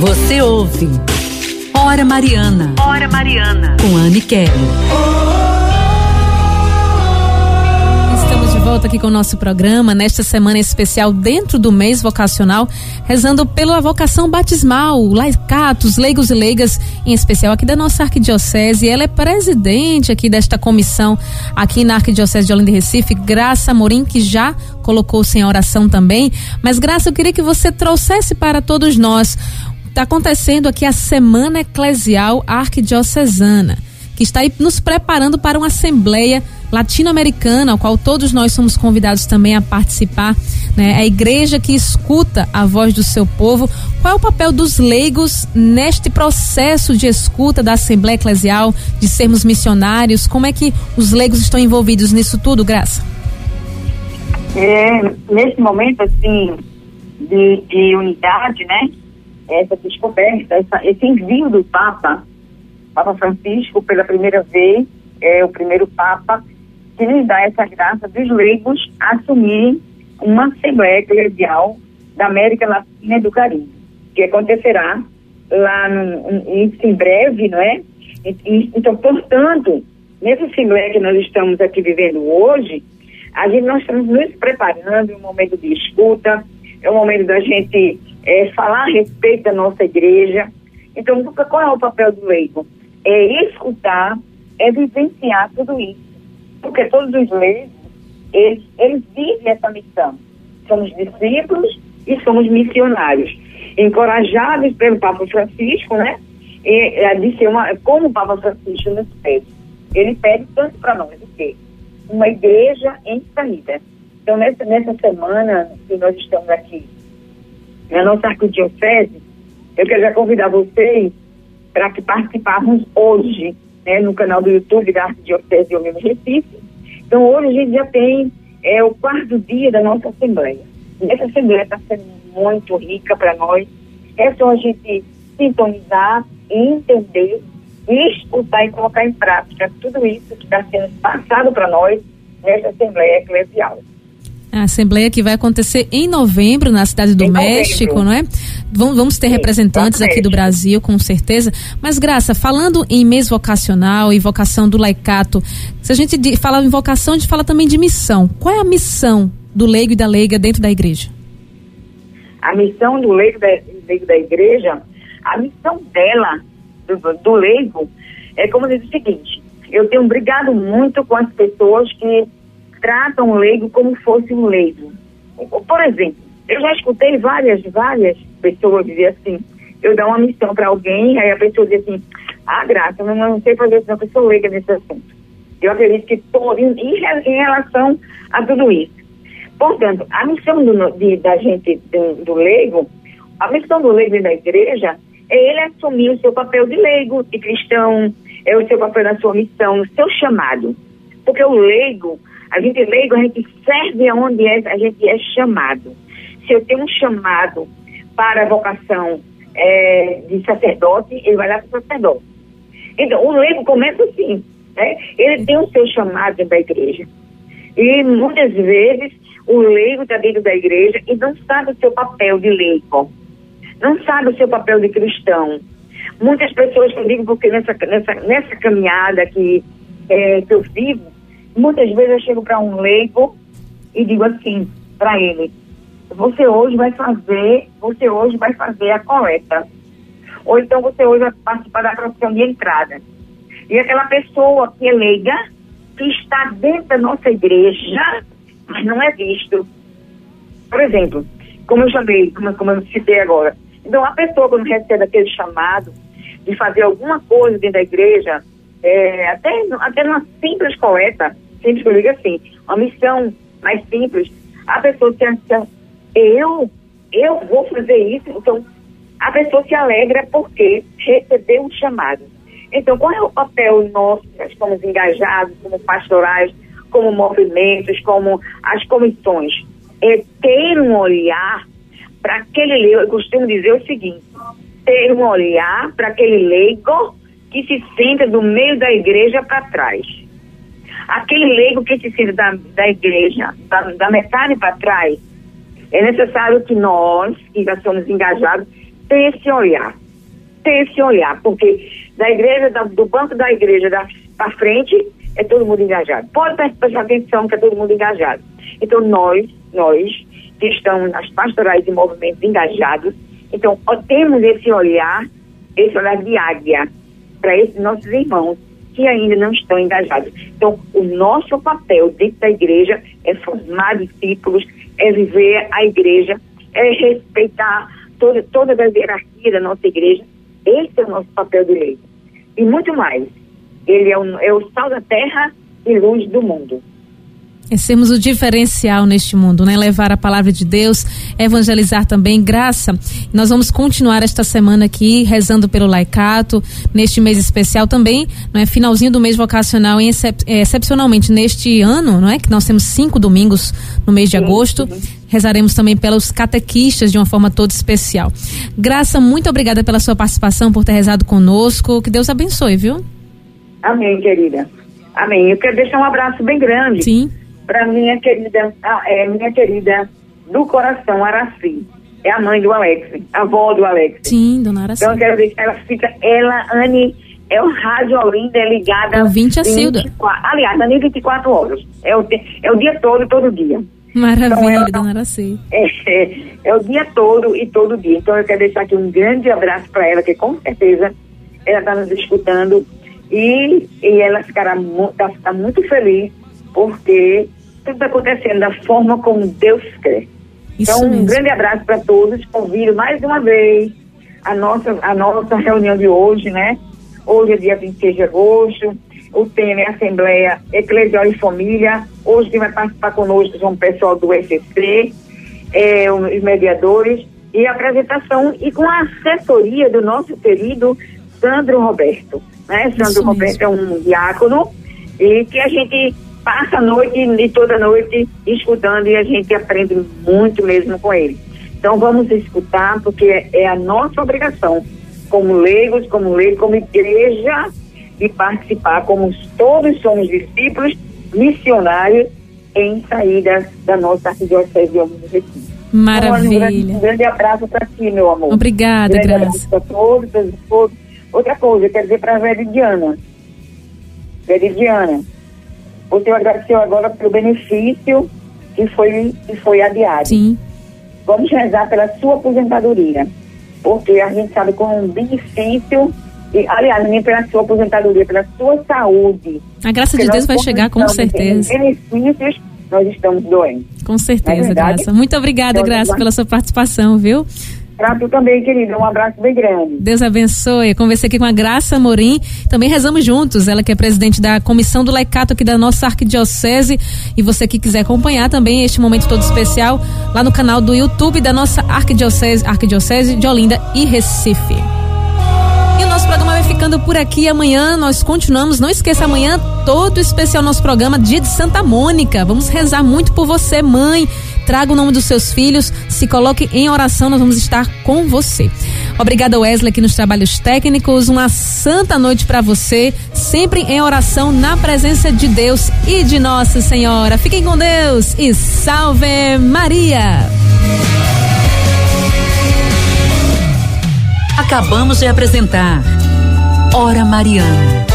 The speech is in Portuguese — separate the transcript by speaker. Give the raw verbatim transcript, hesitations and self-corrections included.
Speaker 1: Você ouve Hora Mariana. Hora Mariana. Com Anne Kelly.
Speaker 2: Estamos de volta aqui com o nosso programa, nesta semana especial dentro do mês vocacional, rezando pela vocação batismal, laicatos, leigos e leigas, em especial aqui da nossa arquidiocese. Ela é presidente aqui desta comissão, aqui na Arquidiocese de Olinda e Recife, Graça Amorim, que já colocou-se em oração também. Mas, Graça, eu queria que você trouxesse para todos nós. Está acontecendo aqui a Semana Eclesial Arquidiocesana, que está aí nos preparando para uma assembleia latino-americana, ao qual todos nós somos convidados também a participar, né? A igreja que escuta a voz do seu povo. Qual é o papel dos leigos neste processo de escuta da Assembleia Eclesial, de sermos missionários? Como é que os leigos estão envolvidos nisso tudo, Graça?
Speaker 3: É, nesse momento, assim, de, de unidade, né? Essa descoberta, essa, esse envio do Papa, Papa Francisco, pela primeira vez, é o primeiro Papa que nos dá essa graça dos leigos assumirem uma Assembleia Eclesial da América Latina e do Caribe, que acontecerá lá no, isso em breve, não é? E, então, portanto, nessa Assembleia que nós estamos aqui vivendo hoje, a gente, nós estamos nos preparando em um momento de escuta, é um momento da gente é, falar a respeito da nossa igreja. Então, qual é o papel do leigo? É escutar, é vivenciar tudo isso. Porque todos os leigos, eles, eles vivem essa missão. Somos discípulos e somos missionários. Encorajados pelo Papa Francisco, né? E, é, de ser uma, como o Papa Francisco nos pede. Ele pede tanto para nós, o quê? Uma igreja em saída. Então, nessa, nessa semana que nós estamos aqui, na nossa arquidiocese, eu quero já convidar vocês para que participarmos hoje, né, no canal do YouTube da Arquidiocese de Olinda e Recife. Então, hoje a gente já tem é, o quarto dia da nossa Assembleia. E essa Assembleia está sendo muito rica para nós. É só a gente sintonizar, entender, e escutar e colocar em prática tudo isso que está sendo passado para nós nessa Assembleia Eclesial.
Speaker 2: A Assembleia que vai acontecer em novembro na cidade do em México, novembro. Não é? Vamos, vamos ter Sim, representantes aqui do Brasil, com certeza. Mas, Graça, falando em mês vocacional e vocação do laicato, se a gente de, fala em vocação, a gente fala também de missão. Qual é a missão do leigo e da leiga dentro da igreja?
Speaker 3: A missão do leigo, da, leigo da igreja, a missão dela, do, do leigo, é como diz o seguinte: eu tenho brigado muito com as pessoas que tratam o leigo como fosse um leigo. Por exemplo, eu já escutei várias, várias pessoas dizer assim, eu dar uma missão para alguém, aí a pessoa diz assim, ah, Graça, eu não sei fazer isso, não, porque eu sou leiga nesse assunto. Eu acredito que todo, em, em relação a tudo isso. Portanto, a missão do, de, da gente, do, do leigo, a missão do leigo da igreja é ele assumir o seu papel de leigo, de cristão, é o seu papel na sua missão, o seu chamado. Porque o leigo, a gente é leigo, a gente serve aonde é, a gente é chamado. Se eu tenho um chamado para a vocação é, de sacerdote, ele vai lá para o sacerdote. Então, o leigo começa assim, né? Ele tem o seu chamado dentro da igreja. E muitas vezes o leigo está dentro da igreja e não sabe o seu papel de leigo. Não sabe o seu papel de cristão. Muitas pessoas, eu digo porque nessa, nessa, nessa caminhada que, é, que eu vivo, muitas vezes eu chego para um leigo e digo assim para ele, você hoje vai fazer, você hoje vai fazer a coleta. Ou então você hoje vai participar da profissão de entrada. E aquela pessoa que é leiga, que está dentro da nossa igreja, mas não é visto. Por exemplo, como eu chamei, como, como eu citei agora. Então, a pessoa quando recebe aquele chamado de fazer alguma coisa dentro da igreja, é, até, até numa simples coleta, simples que eu digo assim, uma missão mais simples, a pessoa se acha, eu, eu vou fazer isso, então a pessoa se alegra porque recebeu um chamado. Então, qual é o papel nosso, nós estamos engajados como pastorais, como movimentos, como as comissões? É ter um olhar para aquele leigo, eu costumo dizer o seguinte, ter um olhar para aquele leigo que se senta do meio da igreja para trás. Aquele leigo que se senta da, da igreja, da, da metade para trás, é necessário que nós, que já somos engajados, ter esse olhar, ter esse olhar, porque da igreja, da, do banco da igreja para frente, é todo mundo engajado. Pode prestar atenção que é todo mundo engajado. Então nós, nós que estamos nas pastorais e movimentos engajados, então ó, temos esse olhar, esse olhar de águia para esses nossos irmãos que ainda não estão engajados. Então o nosso papel dentro da igreja é formar discípulos, é viver a igreja, é respeitar toda, toda a hierarquia da nossa igreja. Esse é o nosso papel de leigo. E muito mais. Ele é o, é o sal da terra e luz do mundo.
Speaker 2: É sermos o diferencial neste mundo, né? Levar a palavra de Deus, evangelizar também, graça. Nós vamos continuar esta semana aqui rezando pelo laicato, neste mês especial também, não é? Finalzinho do mês vocacional, em excep, é, excepcionalmente neste ano, não é? Que nós temos cinco domingos no mês de agosto. Rezaremos também pelos catequistas de uma forma toda especial. Graça, muito obrigada pela sua participação, por ter rezado conosco. Que Deus abençoe, viu?
Speaker 3: Amém, querida. Amém. Eu quero deixar um abraço bem grande.
Speaker 2: Sim.
Speaker 3: Para minha querida, é, minha querida do coração, Araci. É a mãe do Alex, a avó do Alex.
Speaker 2: Sim, dona Araci.
Speaker 3: Então eu quero deixar, ela fica, ela, Anne, é o Rádio Olinda, é ligada.
Speaker 2: Ouvinte a Cilda.
Speaker 3: Aliás, Anne, vinte e quatro horas. É o, é o dia todo, todo dia.
Speaker 2: Maravilha, então, ela,
Speaker 3: dona
Speaker 2: Araci.
Speaker 3: É, é, é o dia todo e todo dia. Então eu quero deixar aqui um grande abraço para ela, que com certeza ela está nos escutando e, e ela ficará tá, tá muito feliz porque tudo está acontecendo da forma como Deus quer.
Speaker 2: Isso
Speaker 3: então, um
Speaker 2: mesmo.
Speaker 3: grande abraço para todos. Convido mais uma vez a nossa, a nossa reunião de hoje, né? Hoje é dia vinte e seis de agosto. O tema é a Assembleia Eclesial e Família. Hoje quem vai participar conosco são o pessoal do S C, é, os mediadores, e a apresentação e com a assessoria do nosso querido Sandro Roberto. Né? Sandro
Speaker 2: Isso
Speaker 3: Roberto
Speaker 2: mesmo.
Speaker 3: é um diácono e que a gente passa a noite e toda noite escutando e a gente aprende muito mesmo com ele. Então vamos escutar, porque é a nossa obrigação como leigos, como leigos, como igreja, de participar, como todos somos discípulos, missionários em saídas da nossa arquidiocese de Olinda do Recife.
Speaker 2: Maravilha.
Speaker 3: Então, um, grande, um grande abraço para ti, meu amor.
Speaker 2: Obrigada,
Speaker 3: um grande
Speaker 2: Graça.
Speaker 3: abraço para todos, todos, todos. Outra coisa, eu quero dizer para a Veridiana. Veridiana, você agradeceu agora pelo benefício que foi, que foi adiado.
Speaker 2: Sim.
Speaker 3: Vamos rezar pela sua aposentadoria, porque a gente sabe com um benefício, e, aliás, nem pela sua aposentadoria, pela sua saúde.
Speaker 2: A graça de Deus vai chegar com certeza.
Speaker 3: Benefícios, nós estamos doentes.
Speaker 2: Com certeza,
Speaker 3: é
Speaker 2: Graça. Muito obrigada,
Speaker 3: então,
Speaker 2: Graça,
Speaker 3: vai...
Speaker 2: pela sua participação, viu?
Speaker 3: Pra tu também, querida. Um abraço bem grande.
Speaker 2: Deus abençoe. Eu conversei aqui com a Graça Amorim. Também rezamos juntos. Ela que é presidente da comissão do Laicato aqui da nossa arquidiocese. E você que quiser acompanhar também este momento todo especial lá no canal do YouTube da nossa arquidiocese, arquidiocese de Olinda e Recife. E o nosso programa vai ficando por aqui. Amanhã nós continuamos. Não esqueça, amanhã todo especial nosso programa, dia de Santa Mônica. Vamos rezar muito por você, mãe. Traga o nome dos seus filhos, se coloque em oração, nós vamos estar com você. Obrigada, Wesley, aqui nos trabalhos técnicos. Uma santa noite para você, sempre em oração na presença de Deus e de Nossa Senhora. Fiquem com Deus e salve Maria!
Speaker 1: Acabamos de apresentar Hora Mariana.